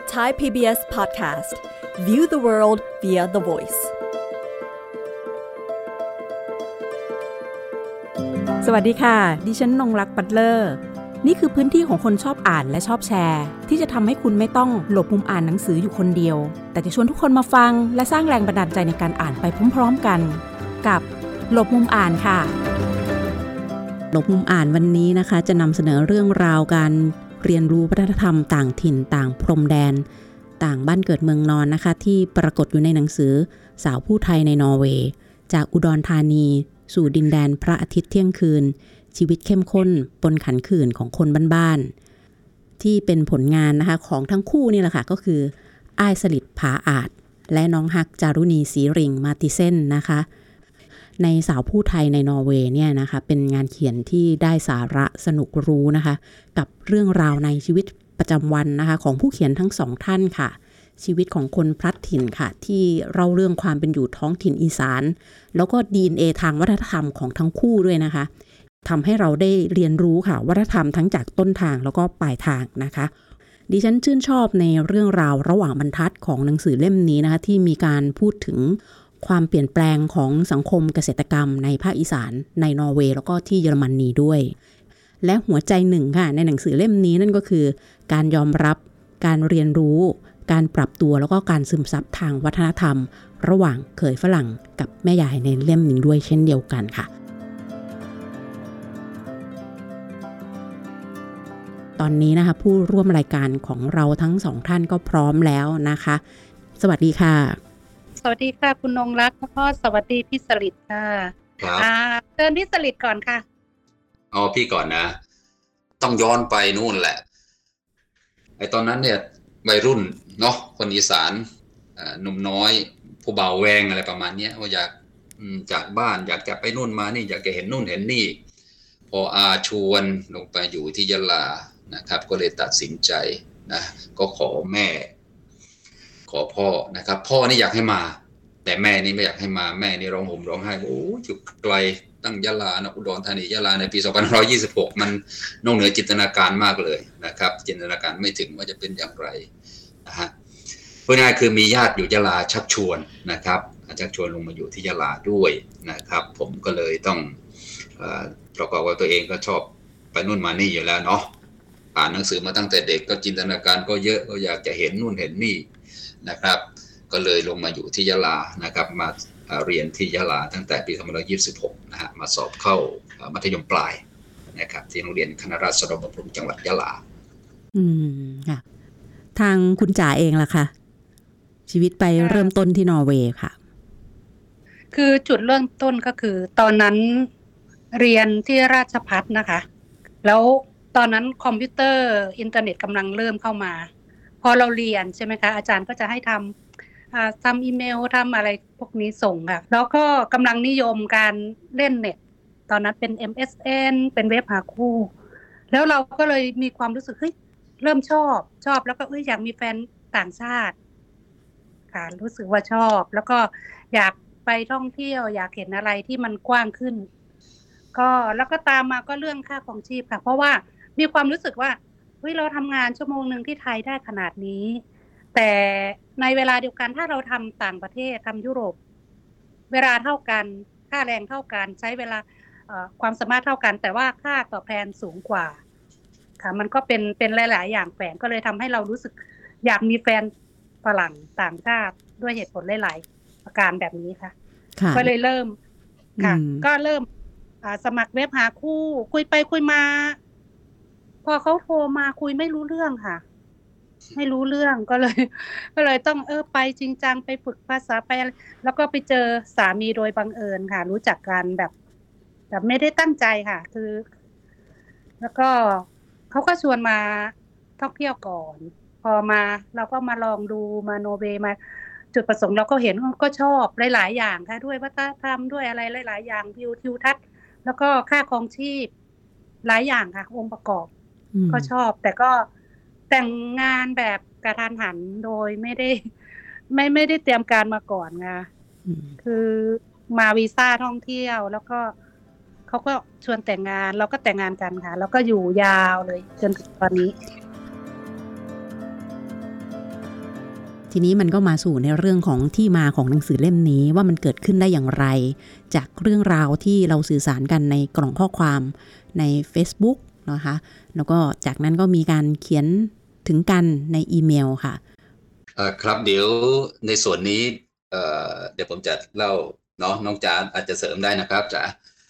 Thai PBS Podcast. View the world via the voice. สวัสดีค่ะดิฉันนงลักษณ์บัตเลอร์นี่คือพื้นที่ของคนชอบอ่านและชอบแชร์ที่จะทำให้คุณไม่ต้องหลบมุมอ่านหนังสืออยู่คนเดียวแต่จะชวนทุกคนมาฟังและสร้างแรงบันดาลใจในการอ่านไปพร้อมๆกันกับหลบมุมอ่านค่ะหลบมุมอ่านวันนี้นะคะจะนำเสนอเรื่องราวการเรียนรู้วัฒนธรรมต่างถิ่นต่างพรมแดนต่างบ้านเกิดเมืองนอนนะคะที่ปรากฏอยู่ในหนังสือสาวผู้ไทยในนอร์เวย์จากอุดรธานีสู่ดินแดนพระอาทิตย์เที่ยงคืนชีวิตเข้มข้นปนขันขื่นของคนบ้านๆที่เป็นผลงานนะคะของทั้งคู่นี่แหละค่ะก็คืออ้ายสลิดผาอาจและน้องฮักจารุณีศรีริงมาติเซ่นนะคะในสาวผู้ไทยในนอร์เวย์เนี่ยนะคะเป็นงานเขียนที่ได้สาระสนุกรู้นะคะกับเรื่องราวในชีวิตประจำวันนะคะของผู้เขียนทั้งสองท่านค่ะชีวิตของคนพลัดถิ่นค่ะที่เล่าเรื่องความเป็นอยู่ท้องถิ่นอีสานแล้วก็ DNA ทางวัฒนธรรมของทั้งคู่ด้วยนะคะทำให้เราได้เรียนรู้ค่ะวัฒนธรรมทั้งจากต้นทางแล้วก็ปลายทางนะคะดิฉันชื่นชอบในเรื่องราวระหว่างบรรทัดของหนังสือเล่มนี้นะคะที่มีการพูดถึงความเปลี่ยนแปลงของสังคมเกษตรกรรมในภาคอีสานในนอร์เวย์แล้วก็ที่เยอรมนีด้วยและหัวใจหนึ่งค่ะในหนังสือเล่มนี้นั่นก็คือการยอมรับการเรียนรู้การปรับตัวแล้วก็การซึมซับทางวัฒนธรรมระหว่างเขยฝรั่งกับแม่ยายในเล่มนี้ด้วยเช่นเดียวกันค่ะตอนนี้นะคะผู้ร่วมรายการของเราทั้งสองท่านก็พร้อมแล้วนะคะสวัสดีค่ะสวัสดีค่ะคุณนงรักแล้วก็สวัสดีพี่สลิดค่ะครับเชิญพี่สลิดก่อนค่ะพี่ก่อนนะต้องย้อนไปนู่นแหละไอ้ตอนนั้นเนี่ยวัยรุ่นเนาะคนอีสานหนุ่มน้อยผู้บ่าวแวงอะไรประมาณนี้ว่าอยากจากบ้านอยากจะไปนู่นมานี่อยากจะเห็นนู่นเห็นนี่พออาชวนลงไปอยู่ที่ยะลานะครับก็เลยตัดสินใจนะก็ขอแม่ขอพ่อนะครับพ่อนี่อยากให้มาแต่แม่นี่ไม่อยากให้มาแม่นี่ร้องห่มร้องไห้โอ้อยู่ไกลตั้งยะลานะอุดรธานียะลาในปี2526มันนอกเหนือจินตนาการมากเลยนะครับจินตนาการไม่ถึงว่าจะเป็นอย่างไรนะฮะพูดง่ายคือมีญาติอยู่ยะลาชักชวนนะครับชักชวนลงมาอยู่ที่ยะลาด้วยนะครับผมก็เลยต้องประกอบกับตัวเองก็ชอบไปนู่นมานี่อยู่แล้วเนาะอ่านหนังสือมาตั้งแต่เด็กก็จินตนาการก็เยอะก็อยากจะเห็นนู่นเห็นนี่นะครับก็เลยลงมาอยู่ที่ยะลานะครับมาเรียนที่ยะลาตั้งแต่ปี2526นะฮะมาสอบเข้ามัธยมปลายนะครับที่โรงเรียนคณะราษฎรบำรุงจังหวัดยะลาค่ะทางคุณจ๋าเองล่ะคะชีวิตไปเริ่มต้นที่นอร์เวย์ค่ะคือจุดเริ่มต้นก็คือตอนนั้นเรียนที่ราชภัฏนะคะแล้วตอนนั้นคอมพิวเตอร์อินเทอร์เน็ตกำลังเริ่มเข้ามาพอเราเรียนใช่ไหมคะอาจารย์ก็จะให้ทำอีเมลทำอะไรพวกนี้ส่งค่ะแล้วก็กำลังนิยมการเล่นเน็ตตอนนั้นเป็น MSN เป็นเว็บหาคู่แล้วเราก็เลยมีความรู้สึกเฮ้ยเริ่มชอบแล้วก็อยากมีแฟนต่างชาติค่ะรู้สึกว่าชอบแล้วก็อยากไปท่องเที่ยวอยากเห็นอะไรที่มันกว้างขึ้นก็แล้วก็ตามมาก็เรื่องค่าครองชีพค่ะเพราะว่ามีความรู้สึกว่าเราทำงานชั่วโมงนึงที่ไทยได้ขนาดนี้แต่ในเวลาเดียวกันถ้าเราทำต่างประเทศทำยุโรปเวลาเท่ากันค่าแรงเท่ากันใช้เวลาความสามารถเท่ากันแต่ว่าค่าตอบแทนสูงกว่าค่ะมันก็เป็นหลายๆอย่างแฝงก็เลยทำให้เรารู้สึกอยากมีแฟนฝรั่งต่างชาติด้วยเหตุผลหลายๆประการแบบนี้ค่ะก็เลยเริ่มค่ะก็เริ่มสมัครเว็บหาคู่คุยไปคุยมาพอเขาโทรมาคุยไม่รู้เรื่องค่ะไม่รู้เรื่องก็เลยต้องไปจริงจังไปฝึกภาษาไปแล้วก็ไปเจอสามีโดยบังเอิญค่ะรู้จักกันแบบไม่ได้ตั้งใจค่ะคือแล้วก็เขาก็ชวนมาท่องเที่ยวก่อนพอมาเราก็มาลองดูมาโนเวย์มาจุดประสงค์เราก็เห็นก็ชอบหลายๆอย่างค่ะด้วยวัฒนธรรมด้วยอะไรหลายๆอย่างวิวทิวทัศน์แล้วก็ค่าครองชีพหลายอย่างค่ะองค์ประกอบก็ชอบแต่ก็แต่งงานแบบกระทันหันโดยไม่ได้เตรียมการมาก่อนค่ะคือมาวีซ่าท่องเที่ยวแล้วก็เขาก็ชวนแต่งงานเราก็แต่งงานกันค่ะแล้วก็อยู่ยาวเลยจนถึงตอนนี้ทีนี้มันก็มาสู่ในเรื่องของที่มาของหนังสือเล่มนี้ว่ามันเกิดขึ้นได้อย่างไรจากเรื่องราวที่เราสื่อสารกันในกล่องข้อความใน Facebook นะคะแล้วก็จากนั้นก็มีการเขียนถึงกันในอีเมลค่ะครับเดี๋ยวในส่วนนี้เดี๋ยวผมจะเล่าเนาะน้องจ๋าอาจจะเสริมได้นะครับจ๋า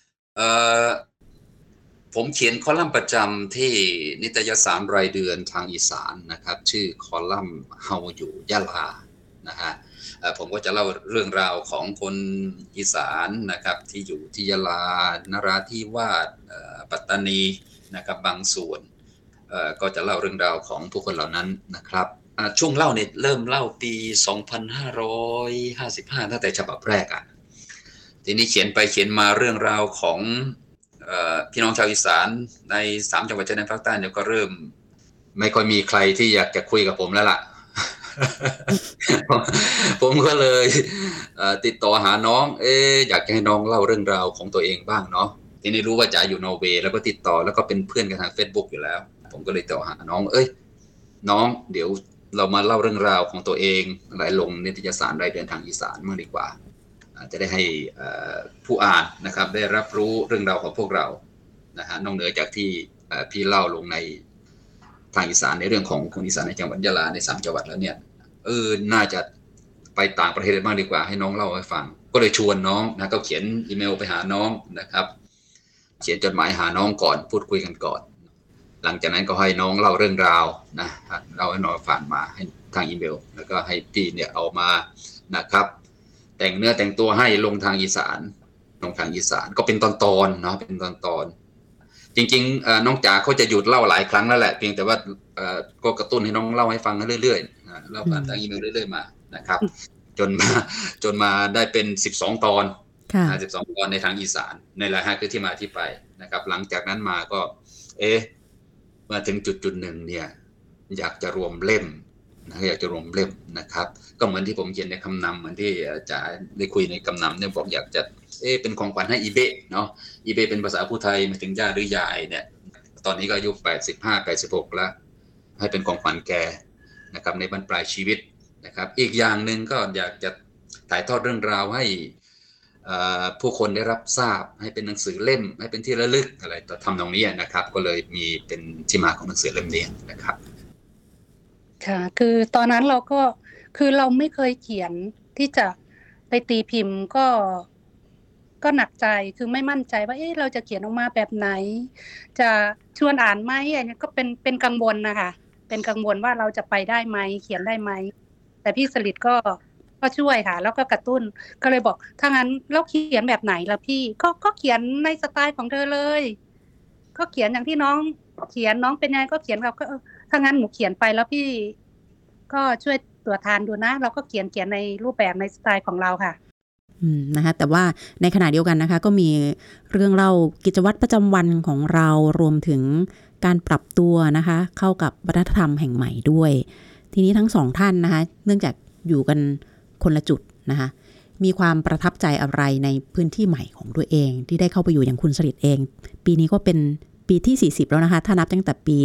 ผมเขียนคอลัมน์ประจำที่นิตยสารรายเดือนทางอีสานนะครับชื่อคอลัมน์เฮาอยู่ยะลานะฮะผมก็จะเล่าเรื่องราวของคนอีสานนะครับที่อยู่ที่ยะลานราธิวาสปัตตานีนะครับบางส่วนก็จะเล่าเรื่องราวของผู้คนเหล่านั้นนะครับช่วงเล่าเนี่ยเริ่มเล่าปี 2555 ตั้งแต่ฉบับแรกอ่ะทีนี้เขียนไปเขียนมาเรื่องราวของพี่น้องชาวอีสานใน3จังหวัดชายแดนภาคใต้เนี่ยก็เริ่มไม่ค่อยมีใครที่อยากจะคุยกับผมแล้วล่ะ ผมก็เลยติดต่อหาน้องอยากให้น้องเล่าเรื่องราวของตัวเองบ้างเนาะทีนี้รู้ว่าจ๋าอยู่นอร์เวย์แล้วก็ติดต่อแล้วก็เป็นเพื่อนกันทาง Facebook อยู่แล้วผมก็เลยติดต่อหาน้องน้องเดี๋ยวเรามาเล่าเรื่องราวของตัวเองหลายลงนิตยสารรายเดือนทางอีสานมั่งดีกว่าจะได้ให้ผู้อ่านนะครับได้รับรู้เรื่องราวของพวกเรานะฮะนอกเหนือจากที่พี่เล่าลงในทางอีสานในเรื่องของคนอีสานในจังหวัดยะลาใน3จังหวัดแล้วเนี่ยน่าจะไปต่างประเทศบ้างดีกว่าให้น้องเล่าให้ฟังก็เลยชวนน้องนะก็เขียนอีเมลไปหาน้องนะครับเขียนจดหมายหาน้องก่อนพูดคุยกันก่อนหลังจากนั้นก็ให้น้องเล่าเรื่องราวนะเล่าให้น้องฟังมาให้ทางอีเมลแล้วก็ให้พี่เนี่ยเอามานะครับแต่งเนื้อแต่งตัวให้ลงทางอีสานก็เป็นตอนๆเนาะเป็นตอนๆจริงๆน้องจ๋าเขาจะหยุดเล่าหลายครั้งแล้วแหละเพียงแต่ว่าก็กระตุ้นให้น้องเล่าให้ฟังเรื่อยๆเล่าผ่านทางอีเมลเรื่อยๆมานะครับจนมาได้เป็น12ตอน12ตอนในทางอีสานในราย5คือที่มาที่ไปนะครับหลังจากนั้นมาก็มาถึงจุดๆหนึ่งเนี่ยอยากจะรวมเล่มนะครับก็เหมือนที่ผมเขียนในคำนำเหมือนที่จ๋าได้คุยในคำนำเนี่ยบอกอยากจะเป็นของขวัญให้อีเบเนาะอีเบเป็นภาษาผู้ไทยหมายถึงย่าหรือยายเนี่ยตอนนี้ก็อายุ85-86แล้วให้เป็นของขวัญแกนะครับในบรรปลายชีวิตนะครับอีกอย่างนึงก็อยากจะถ่ายทอดเรื่องราวให้ผู้คนได้รับทราบให้เป็นหนังสือเล่มให้เป็นที่ระลึกอะไรต่อทำตรงนี้นะครับก็เลยมีเป็นที่มาของหนังสือเล่มนี้นะครับค่ะคือตอนนั้นเราก็คือเราไม่เคยเขียนที่จะไปตีพิมพ์ก็หนักใจคือไม่มั่นใจว่าเราจะเขียนออกมาแบบไหนจะชวนอ่านไหมอันนี้ก็เป็นกังวลนะคะเป็นกังวลว่าเราจะไปได้ไหมเขียนได้ไหมแต่พี่สลิดก็ช่วยค่ะแล้วก็กระตุ้นก็เลยบอกถ้างั้นเราเขียนแบบไหนล่ะพี่ก็เขียนในสไตล์ของเธอเลยก็เขียนอย่างที่น้องเขียนน้องเป็นไงก็เขียนเราก็ถ้างั้นหนูเขียนไปแล้วพี่ก็ช่วยตรวจทานดูนะเราก็เขียนในรูปแบบในสไตล์ของเราค่ะนะคะแต่ว่าในขณะเดียวกันนะคะก็มีเรื่องเล่ากิจวัตรประจำวันของเรารวมถึงการปรับตัวนะคะเข้ากับวัฒนธรรมแห่งใหม่ด้วยทีนี้ทั้งสองท่านนะคะเนื่องจากอยู่กันคนละจุดนะคะมีความประทับใจอะไรในพื้นที่ใหม่ของตัวเองที่ได้เข้าไปอยู่อย่างคุณสฤทธิ์เองปีนี้ก็เป็นปีที่40แล้วนะคะถ้านับตั้งแต่ปี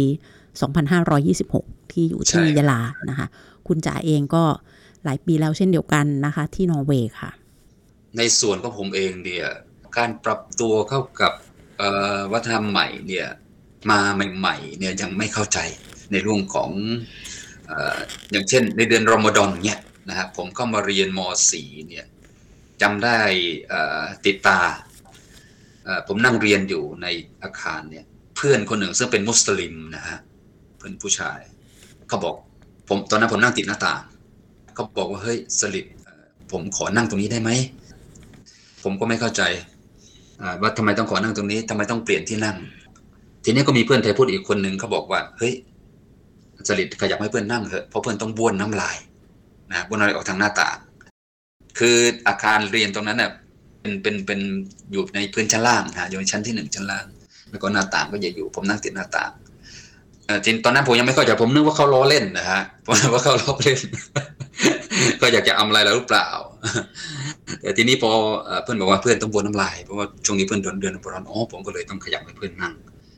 2526ที่อยู่ที่ยะลานะคะคุณจ๋าเองก็หลายปีแล้วเช่นเดียวกันนะคะที่นอร์เวย์ค่ะในส่วนของผมเองเนี่ยการปรับตัวเข้ากับวัฒนธรรมใหม่เนี่ยมาใหม่ๆเนี่ยยังไม่เข้าใจในเรื่องของอย่างเช่นในเดือนรอมฎอนเนี่ยนะครับผมเข้ามาเรียนม.4 เนี่ยจำได้ติดตาผมนั่งเรียนอยู่ในอาคารเนี่ยเพื่อนคนหนึ่งซึ่งเป็นมุสลิมนะฮะเพื่อนผู้ชายเขาบอกผมตอนนั้นผมนั่งติดหน้าต่างเขาบอกว่าเฮ้ยสลิดผมขอนั่งตรงนี้ได้ไหมผมก็ไม่เข้าใจว่าทำไมต้องขอนั่งตรงนี้ทำไมต้องเปลี่ยนที่นั่งทีนี้ก็มีเพื่อนไทยพูดอีกคนนึงเขาบอกว่าเฮ้ยสลิดขยับให้เพื่อนนั่งเถอะเพราะเพื่อนต้องบ้วนน้ำลายนะบ้วนน้ำลายออกทางหน้าต่างคืออาคารเรียนตรงนั้นน่ะเป็นอยู่ในพื้นชั้นล่างนะอยู่ในชั้นที่1ชั้นล่างแล้วก็หน้าต่างก็จะอยู่ผมนั่งติดหน้าต่างตอนนั้นผมยังไม่เข้าใจผมนึกว่าเขาล้อเล่นนะฮะผมนึกว่าเขาล้อเล่น ก็อยากจะอำอะไรเราหรือเปล่าแต่ทีนี้พอเพื่อนบอกว่าเพื่อนต้องบ้วนน้ำลายเพราะว่าช่วงนี้เพื่อนเดินร้อนผมก็เลยต้องขยับให้เพื่อนนั่ง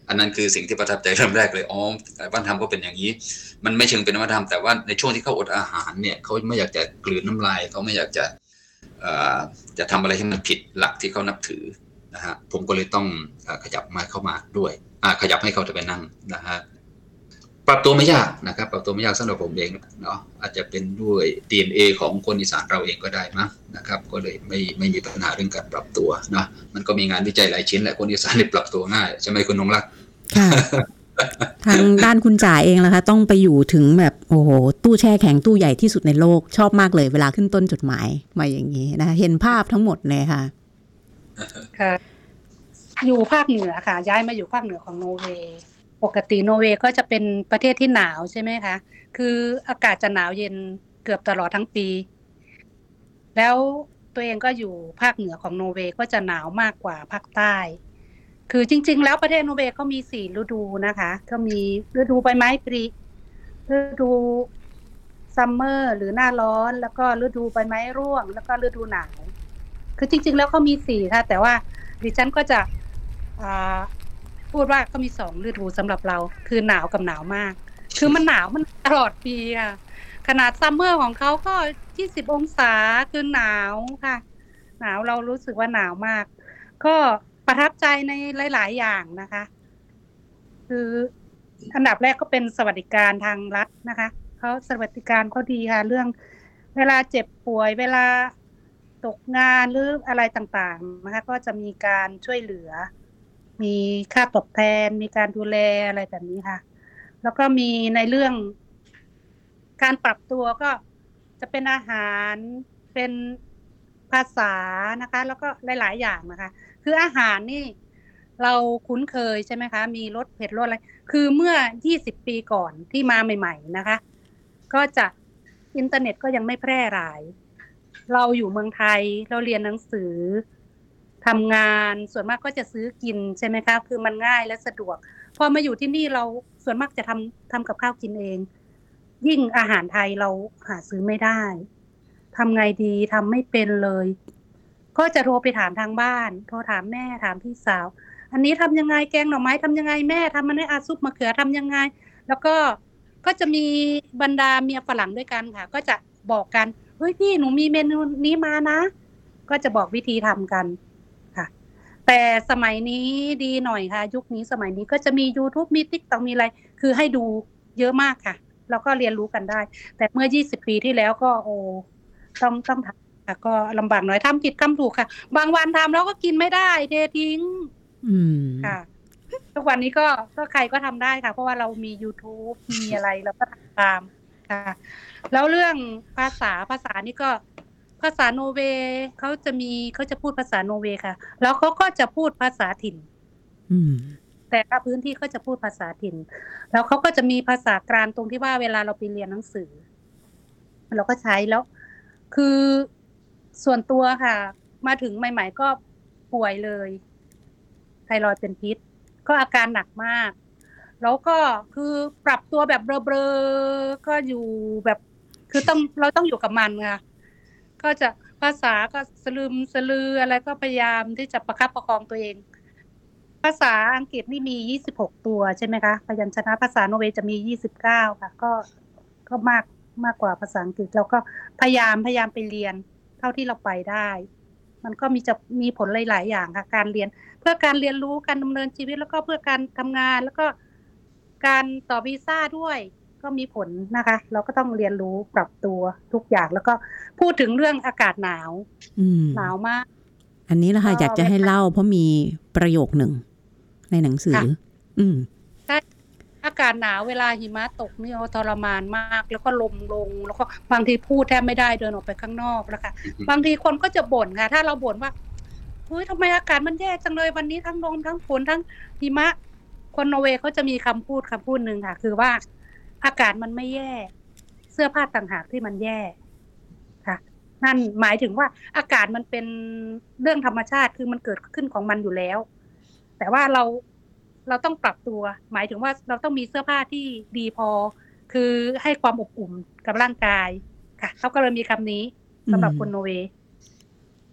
อันนั้นคือสิ่งที่ประทับใจเริ่มแรกเลยวัฒนธรรมก็เป็นอย่างนี้มันไม่เชิงเป็นวัฒนธรรมแต่ว่าในช่วงที่เขาอดอาหารเนี่ยเขาไม่อยากจะกลืนน้ำลายเขาไม่อยากจะทำอะไรที่มันผิดหลักที่เขานับถือนะฮะผมก็เลยต้องขยับมาเข้ามาด้วยขยับให้เขาจะไปนั่งนะฮะปรับตัวไม่ยากนะครับปรับตัวไม่ยากสำหรับผมเองเนาะอาจจะเป็นด้วย DNA ของคนอีสานเราเองก็ได้มั้งนะครับก็เลยไม่มีปัญหาเรื่องการปรับตัวเนาะมันก็มีงานวิจัยหลายชิ้นแหละคนอีสานนี่ปรับตัวง่ายใช่ไหมคุณนงรักค่ะ ทางด้านคุณจ๋าเองล่ะคะต้องไปอยู่ถึงแบบโอ้โหตู้แช่แข็งตู้ใหญ่ที่สุดในโลกชอบมากเลยเวลาขึ้นต้นจดหมายมาอย่างนี้นะคะเห็นภาพทั้งหมดเลยค่ะค่ะอยู่ภาคเหนือค่ะย้ายมาอยู่ภาคเหนือของนอร์เวย์ปกตินอร์เวย์ก็จะเป็นประเทศที่หนาวใช่ไหมคะคืออากาศจะหนาวเย็นเกือบตลอดทั้งปีแล้วตัวเองก็อยู่ภาคเหนือของนอร์เวย์ก็จะหนาวมากกว่าภาคใต้คือจริงๆแล้วประเทศนอร์เวย์เขามี4ฤดูนะคะก็มีฤดูใบไม้ผลิฤดูซัมเมอร์หรือหน้าร้อนแล้วก็ฤดูใบไม้ร่วงแล้วก็ฤดูหนาวคือจริงๆแล้วเขามี4ค่ะแต่ว่าดิฉันก็จะพูดว่าเขามี2ฤดูสำหรับเราคือหนาวกับหนาวมากคือมันหนาวมันตลอดปีค่ะขนาดซัมเมอร์ของเขาก็20องศาคือหนาวค่ะหนาวเรารู้สึกว่าหนาวมากก็ประทับใจในหลายๆอย่างนะคะคืออันดับแรกก็เป็นสวัสดิการทางรัฐนะคะเขาสวัสดิการเขาดีค่ะเรื่องเวลาเจ็บป่วยเวลาตกงานหรืออะไรต่างๆนะคะก็จะมีการช่วยเหลือมีค่าตอบแทนมีการดูแลอะไรแบบนี้ค่ะแล้วก็มีในเรื่องการปรับตัวก็จะเป็นอาหารเป็นภาษานะคะแล้วก็หลายๆอย่างนะคะคืออาหารนี่เราคุ้นเคยใช่ไหมคะมีรสเผ็ดรสอะไรคือเมื่อ20ปีก่อนที่มาใหม่ๆนะคะก็จะอินเทอร์เน็ตก็ยังไม่แพร่หลายเราอยู่เมืองไทยเราเรียนหนังสือทำงานส่วนมากก็จะซื้อกินใช่ไหมคะคือมันง่ายและสะดวกพอมาอยู่ที่นี่เราส่วนมากจะทำกับข้าวกินเองยิ่งอาหารไทยเราหาซื้อไม่ได้ทำไงดีทำไม่เป็นเลยก็จะโทรไปถามทางบ้านโทรถามแม่ถามพี่สาวอันนี้ทำยังไงแกงหน่อไม้ทำยังไงแม่ทำมันให้ซุปมะเขือทำยังไงแล้วก็จะมีบรรดาเมียฝรั่งด้วยกันค่ะก็จะบอกกันเฮ้ยพี่หนูมีเมนูนี้มานะก็จะบอกวิธีทำกันค่ะแต่สมัยนี้ดีหน่อยค่ะยุคนี้สมัยนี้ก็จะมี YouTube มี TikTok มีอะไรคือให้ดูเยอะมากค่ะแล้วก็เรียนรู้กันได้แต่เมื่อ20ปีที่แล้วก็ต้องทำค่ะก็ลำบากหน่อยทำผิดทำถูกค่ะบางวันทำแล้วก็กินไม่ได้เททิ้งค่ะทุกวันนี้ก็ใครก็ทำได้ค่ะเพราะว่าเรามี YouTube มีอะไรเราก็ทำตามค่ะแล้วเรื่องภาษานี่ก็ภาษาโนร์เวย์เขาจะพูดภาษาโนร์เวย์ค่ะแล้วเขาก็จะพูดภาษาถิ่นแต่ละพื้นที่เขาจะพูดภาษาถิ่นแล้วเขาก็จะมีภาษากลางตรงที่ว่าเวลาเราไปเรียนหนังสือเราก็ใช้แล้วคือส่วนตัวค่ะมาถึงใหม่ๆก็ป่วยเลยไทรอยด์เป็นพิษก็อาการหนักมากแล้วก็คือปรับตัวแบบเบลอๆก็อยู่แบบคือเราต้องอยู่กับมันค่ะก็จะภาษาก็สลืออะไรก็พยายามที่จะประคับประคองตัวเองภาษาอังกฤษนี่มี26ตัวใช่ไหมคะพยัญชนะภาษาโนร์เวย์จะมี29ค่ะก็มากกว่าภาษาอังกฤษเราก็พยายามไปเรียนเท่าที่เราไปได้มันก็มีผลหลายๆอย่างค่ะการเรียนเพื่อการเรียนรู้การดำเนินชีวิตแล้วก็เพื่อการทำงานแล้วก็การต่อวีซ่าด้วยก็มีผลนะคะเราก็ต้องเรียนรู้ปรับตัวทุกอย่างแล้วก็พูดถึงเรื่องอากาศหนาวมากอันนี้แหละค่ะอยากจะให้เล่าเพราะมีประโยคหนึ่งในหนังสือใช่อากาศหนาวเวลาหิมะตกนี่ทรมานมากแล้วก็ลมลงแล้วก็บางทีพูดแทบไม่ได้เดินออกไปข้างนอกแล้วค่ะบางทีคนก็จะบ่นค่ะถ้าเราบ่นว่าเฮ้ยทำไมอากาศมันแย่จังเลยวันนี้ทั้งลมทั้งฝนทั้งหิมะคนนอร์เวย์เขาจะมีคำพูดนึงค่ะคือว่าอากาศมันไม่แย่เสื้อผ้าต่างหากที่มันแย่ค่ะนั่นหมายถึงว่าอากาศมันเป็นเรื่องธรรมชาติคือมันเกิดขึ้นของมันอยู่แล้วแต่ว่าเราต้องปรับตัวหมายถึงว่าเราต้องมีเสื้อผ้าที่ดีพอคือให้ความอบอุ่นกับร่างกายค่ะเขาก็เลยมีคำนี้สำหรับคนนอร์เวย์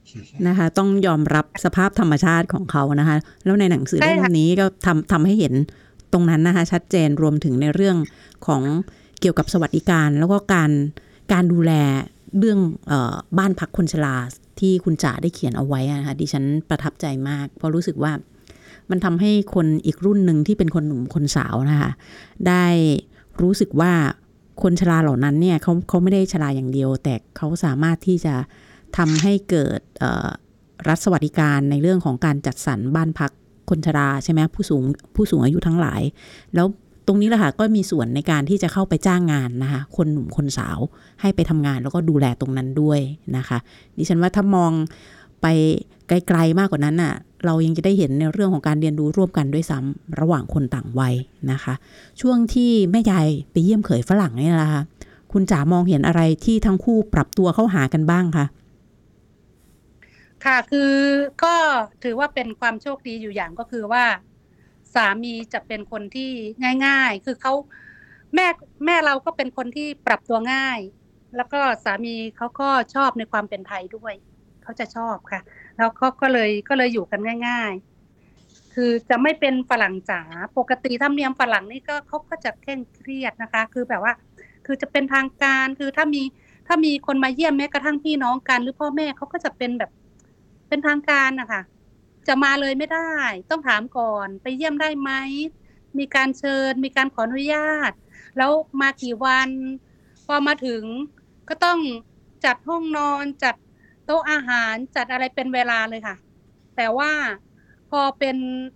นะคะต้องยอมรับสภาพธรรมชาติของเขานะคะแล้วในหนังสือเล่มนี้ก็ทำให้เห็นตรงนั้นนะคะชัดเจนรวมถึงในเรื่องของเกี่ยวกับสวัสดิการแล้วก็การดูแลเรื่องบ้านพักคนชราที่คุณจ๋าได้เขียนเอาไว้นะคะดิฉันประทับใจมากเพราะรู้สึกว่ามันทำให้คนอีกรุ่นหนึ่งที่เป็นคนหนุ่มคนสาวนะคะได้รู้สึกว่าคนชราเหล่านั้นเนี่ยเขาไม่ได้ชราอย่างเดียวแต่เขาสามารถที่จะทำให้เกิดรัฐสวัสดิการในเรื่องของการจัดสรรบ้านพักคนชราใช่ไหมผู้สูงอายุทั้งหลายแล้วตรงนี้แหละค่ะก็มีส่วนในการที่จะเข้าไปจ้างงานนะคะคนหนุ่มคนสาวให้ไปทำงานแล้วก็ดูแลตรงนั้นด้วยนะคะดิฉันว่าถ้ามองไปไกลๆมากกว่านั้นน่ะเรายังจะได้เห็นในเรื่องของการเรียนรู้ร่วมกันด้วยซ้ำระหว่างคนต่างวัยนะคะช่วงที่แม่ยายไปเยี่ยมเขยฝรั่งนี่แหละค่ะคุณจ๋ามองเห็นอะไรที่ทั้งคู่ปรับตัวเข้าหากันบ้างคะค่ะคือก็ถือว่าเป็นความโชคดีอยู่อย่างก็คือว่าสามีจะเป็นคนที่ง่ายๆคือเขาแม่เราก็เป็นคนที่ปรับตัวง่ายแล้วก็สามีเขาก็ชอบในความเป็นไทยด้วยเขาจะชอบค่ะแล้วก็เลยอยู่กันง่ายๆคือจะไม่เป็นฝรั่งจ๋าปกติธรรมเนียมฝรั่งนี่ก็เขาก็จะเคร่งเครียดนะคะคือแบบว่าคือจะเป็นทางการคือถ้ามีคนมาเยี่ยมแม้กระทั่งพี่น้องกันหรือพ่อแม่เขาก็จะเป็นแบบเป็นทางการนะคะจะมาเลยไม่ได้ต้องถามก่อนไปเยี่ยมได้ไหมมีการเชิญมีการขออนุญาตแล้วมากี่วันพอมาถึงก็ต้องจัดห้องนอนจัดโต๊ะอาหารจัดอะไรเป็นเวลาเลยค่ะแต่ว่าพอเป็น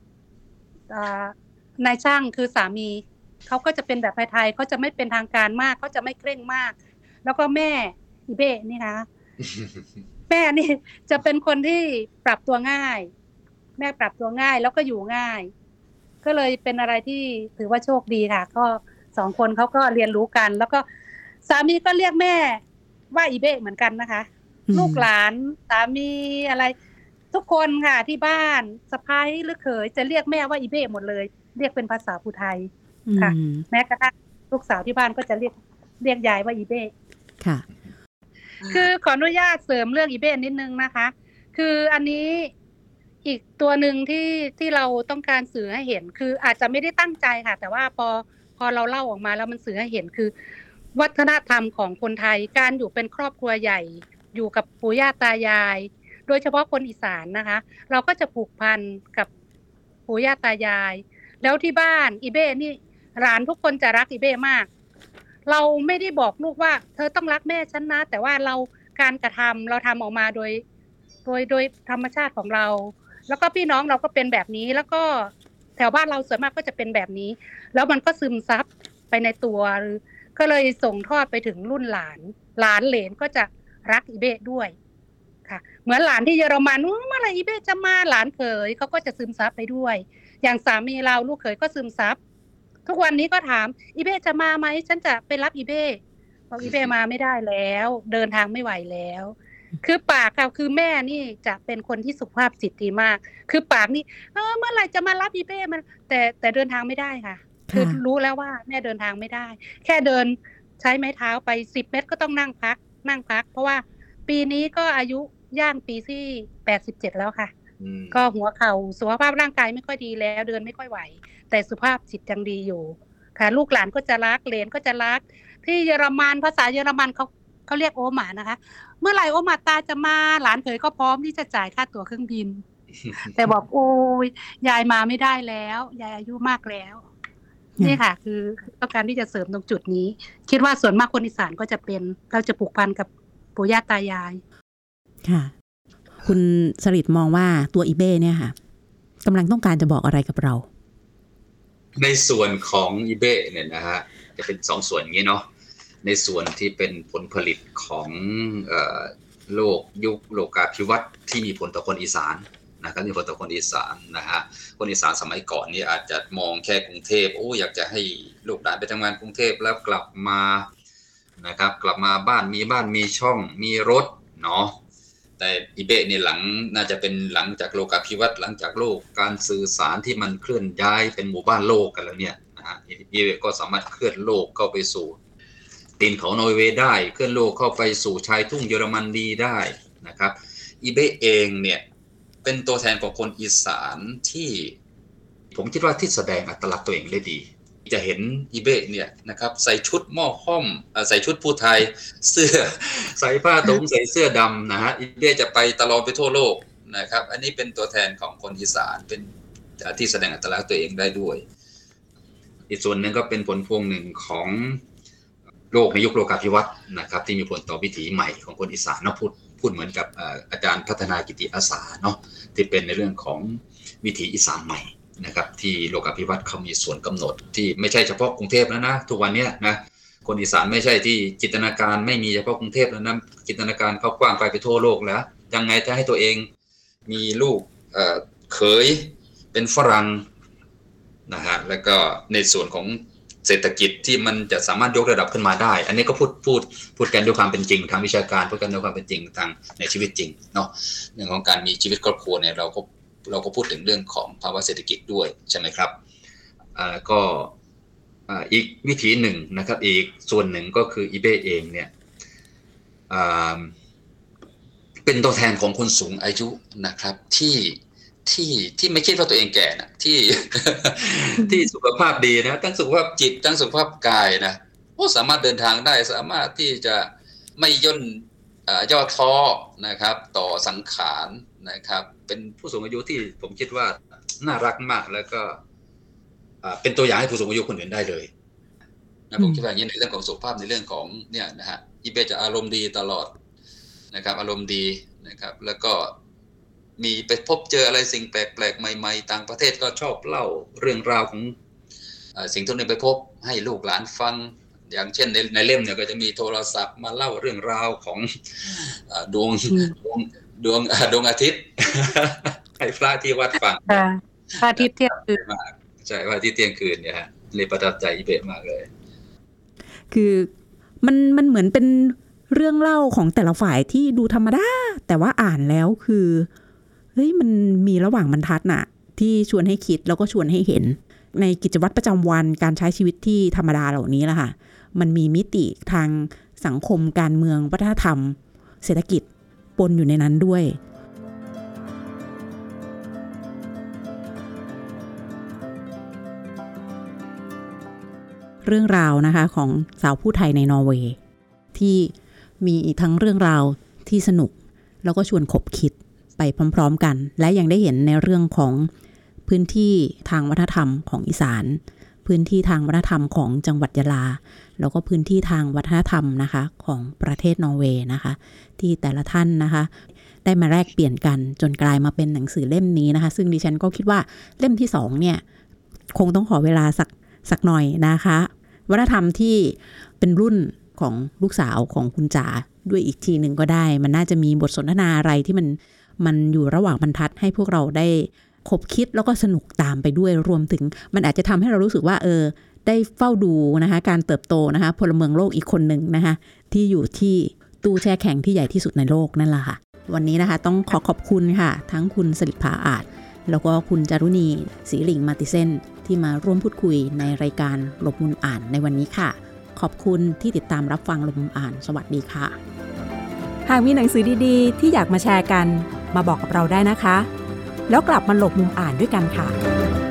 นายช่างคือสามีเขาก็จะเป็นแบบไทยๆเขาจะไม่เป็นทางการมากเขาจะไม่เคร่งมากแล้วก็แม่อีเบ้นี่นะ แม่นี่จะเป็นคนที่ปรับตัวง่ายแม่ปรับตัวง่ายแล้วก็อยู่ง่ายก็เลยเป็นอะไรที่ถือว่าโชคดีค่ะก็สองคนเขาก็เรียนรู้กันแล้วก็สามีก็เรียกแม่ว่าอีเบ้เหมือนกันนะคะลูกหลานสามีอะไรทุกคนค่ะที่บ้านสะใภ้หรือเขยจะเรียกแม่ว่าอีเบ้หมดเลยเรียกเป็นภาษาภูไทยค่ะแม้กระทั่งลูกสาวที่บ้านก็จะเรียกยายว่าอีเบ้ค่ะคือขออนุญาตเสริมเรื่องอีเบ้นิดนึงนะคะคืออันนี้อีกตัวหนึ่งที่เราต้องการสื่อให้เห็นคืออาจจะไม่ได้ตั้งใจค่ะแต่ว่าพอเราเล่าออกมาแล้วมันสื่อให้เห็นคือวัฒนธรรมของคนไทยการอยู่เป็นครอบครัวใหญ่อยู่กับปู่ย่าตายายโดยเฉพาะคนอีสานนะคะเราก็จะผูกพันกับปู่ย่าตายายแล้วที่บ้านอีเบ้นี่หลานทุกคนจะรักอีเบ้มากเราไม่ได้บอกลูกว่าเธอต้องรักแม่ฉันนะแต่ว่าการกระทำเราทำออกมาโดยธรรมชาติของเราแล้วก็พี่น้องเราก็เป็นแบบนี้แล้วก็แถวบ้านเราส่วนมากก็จะเป็นแบบนี้แล้วมันก็ซึมซับไปในตัวก็เลยส่งทอดไปถึงรุ่นหลานเหลนก็จะรักอีเบ้ด้วยค่ะเหมือนหลานที่เยอรมันเมื่อไหร่อีเบ้จะมาหลานเขยเขาก็จะซึมซับไปด้วยอย่างสามีเราลูกเขยก็ซึมซับทุกวันนี้ก็ถามอีเบ้จะมาไหมฉันจะไปรับอีเบ้บอกอีเบ้มาไม่ได้แล้วเดินทางไม่ไหวแล้วคือปากค่ะคือแม่นี่จะเป็นคนที่สุภาพจิตดีมากคือปากนี่เมื่อไหร่จะมารับอีเบ้มันแต่เดินทางไม่ได้ค่ะคือรู้แล้วว่าแม่เดินทางไม่ได้แค่เดินใช้ไม้เท้าไป10 เมตรก็ต้องนั่งพักเพราะว่าปีนี้ก็อายุย่างปีที่87แล้วค่ะก็หัวเข่าสุขภาพร่างกายไม่ค่อยดีแล้วเดินไม่ค่อยไหวแต่สุขภาพจิตยังดีอยู่ค่ะลูกหลานก็จะรักเหลนก็จะรักที่เยอรมันภาษาเยอรมันเขาเรียกโอหมานะคะเมื่อไหร่โอหมาตาจะมาหลานเขยก็พร้อมที่จะจ่ายค่าตั๋วเครื่องบิน แต่บอกโอ้ยยายมาไม่ได้แล้วยายอายุมากแล้วนี่ค่ะคือต้องการที่จะเสริมตรงจุดนี้คิดว่าส่วนมากคนอีสานก็จะเป็นเราจะผูกพันกับปู่ย่าตายายค่ะคุณสฤทธิ์มองว่าตัวอีเบ้เนี่ยค่ะกำลังต้องการจะบอกอะไรกับเราในส่วนของอีเบ้เนี่ยนะฮะจะเป็น2 ส่วนอย่างนี้เนาะในส่วนที่เป็นผลผลิตของโลกยุคโลกาภิวัตน์ที่มีผลต่อคนอีสานนะครับมีผลต่อคนอีสานนะฮะคนอีสานสมัยก่อนนี่อาจจะมองแค่กรุงเทพอยากจะให้ลูกหลานไปทำงานกรุงเทพแล้วกลับมานะครับกลับมาบ้านมีช่องมีรถเนาะแต่อีเบ้เนี่ยน่าจะเป็นหลังจากโลกาภิวัตน์หลังจากโลกการสื่อสารที่มันเคลื่อนย้ายเป็นหมู่บ้านโลกกันแล้วเนี่ยนะฮะอีเบ้ก็สามารถเคลื่อนโลกเข้าไปสู่ตีนเขานอร์เวย์ได้เคลื่อนโลกเข้าไปสู่ชายทุ่งเยอรมนีได้นะครับอีเบ้เองเนี่ยเป็นตัวแทนของคนอีสานที่ผมคิดว่าที่แสดงอัตลักษณ์ตัวเองได้ดีจะเห็นอีเบ้เนี่ยนะครับใส่ชุดหม้อห้อมใส่ชุดผู้ไทยเสื้อใส่ผ้าถุงใส่เสื้อดำนะฮะอีเบ้จะไปตลอดไปทั่วโลกนะครับอันนี้เป็นตัวแทนของคนอีสานเป็นที่แสดงอัตลักษณ์ตัวเองได้ด้วยอีกส่วนหนึ่งก็เป็นผลพวงหนึ่งของโลกในยุคโลกาภิวัตน์นะครับที่มีผลต่อวิถีใหม่ของคนอีสานเนาะพูดเหมือนกับอาจารย์พัฒนากิติอาสาเนาะที่เป็นในเรื่องของวิถีอีสานใหม่นะครับที่โลกาภิวัตน์เขามีส่วนกำหนดที่ไม่ใช่เฉพาะกรุงเทพแล้วนะทุกวันนี้นะคนอีสานไม่ใช่ที่จินตนาการไม่มีเฉพาะกรุงเทพแล้วนะจินตนาการเขากว้างไปทั่วโลกแล้วยังไงถ้าให้ตัวเองมีลูกเขยเป็นฝรั่งนะฮะแล้วก็ในส่วนของเศรษฐกิจที่มันจะสามารถยกระดับขึ้นมาได้อันนี้ก็พูดกันด้วยความเป็นจริงทางวิชาการพูดกันด้วยความเป็นจริงทางในชีวิตจริงเนาะเรื่องของการมีชีวิตครอบครัวเนี่ยเราก็พูดถึงเรื่องของภาวะเศรษฐกิจด้วยใช่ไหมครับก็อีกวิธีหนึ่งนะครับอีกส่วนหนึ่งก็คืออีเบ้เองเนี่ยเป็นตัวแทนของคนสูงอายุนะครับที่ไม่คิดว่าตัวเองแก่นะที่สุขภาพดีนะทั้งสุขภาพจิตทั้งสุขภาพกายนะสามารถเดินทางได้สามารถที่จะไม่ย่อท้อนะครับต่อสังขารนะครับเป็นผู้สูงอายุที่ผมคิดว่าน่ารักมากแล้วก็เป็นตัวอย่างให้ผู้สูงอายุคนอื่นได้เลยนะผมคิดว่าอย่างนี้ในเรื่องของสุขภาพในเรื่องของเนี่ยนะฮะอีเบ้จะอารมณ์ดีตลอดนะครับอารมณ์ดีนะครับแล้วก็มีไปพบเจออะไรสิ่งแปลกๆใหม่ๆต่างประเทศก็ชอบเล่าเรื่องราวของสิ่งที่ได้ไปพบให้ลูกหลานฟังอย่างเช่นในเล่มเนี่ยก็จะมีโทรศัพท์มาเล่าเรื่องราวของดวงอาทิตย์ให้พระที่วัดฟังพระอาทิตย์เที่ยงคืนใช่พระอาทิตย์เที่ยงคืนเนี่ยฮะเลยประทับใจอีเบ้มากเลยคือมันเหมือนเป็นเรื่องเล่าของแต่ละฝ่ายที่ดูธรรมดาแต่ว่าอ่านแล้วคือเฮ้ยมันมีระหว่างบรรทัดน่ะที่ชวนให้คิดแล้วก็ชวนให้เห็นในกิจวัตรประจำวันการใช้ชีวิตที่ธรรมดาเหล่านี้แหละค่ะมันมีมิติทางสังคมการเมืองวัฒนธรรมเศรษฐกิจปนอยู่ในนั้นด้วยเรื่องราวนะคะของสาวผู้ไทยในนอร์เวย์ที่มีทั้งเรื่องราวที่สนุกแล้วก็ชวนขบคิดไปพร้อมๆกันและยังได้เห็นในเรื่องของพื้นที่ทางวัฒนธรรมของอีสานพื้นที่ทางวัฒนธรรมของจังหวัดยะลาแล้วก็พื้นที่ทางวัฒนธรรมนะคะของประเทศนอร์เวย์นะคะที่แต่ละท่านนะคะได้มาแลกเปลี่ยนกันจนกลายมาเป็นหนังสือเล่มนี้นะคะซึ่งดิฉันก็คิดว่าเล่มที่2เนี่ยคงต้องขอเวลาสักหน่อยนะคะวัฒนธรรมที่เป็นรุ่นของลูกสาวของคุณจ๋าด้วยอีกทีหนึ่งก็ได้มันน่าจะมีบทสนทนาอะไรที่มันอยู่ระหว่างบรรทัดให้พวกเราได้คบคิดแล้วก็สนุกตามไปด้วยรวมถึงมันอาจจะทำให้เรารู้สึกว่าได้เฝ้าดูนะคะการเติบโตนะคะพลเมืองโลกอีกคนหนึ่งนะคะที่อยู่ที่ตู้แช่แข็งที่ใหญ่ที่สุดในโลกนั่นแหละค่ะวันนี้นะคะต้องขอบคุณค่ะทั้งคุณสลิภาอาจแล้วก็คุณจารุณีศรีหลิงมาติเซนที่มาร่วมพูดคุยในรายการหลบมุมอ่านในวันนี้ค่ะขอบคุณที่ติดตามรับฟังหลบมุมอ่านสวัสดีค่ะหากมีหนังสือดีๆที่อยากมาแชร์กันมาบอกกับเราได้นะคะแล้วกลับมาหลบมุมอ่านด้วยกันค่ะ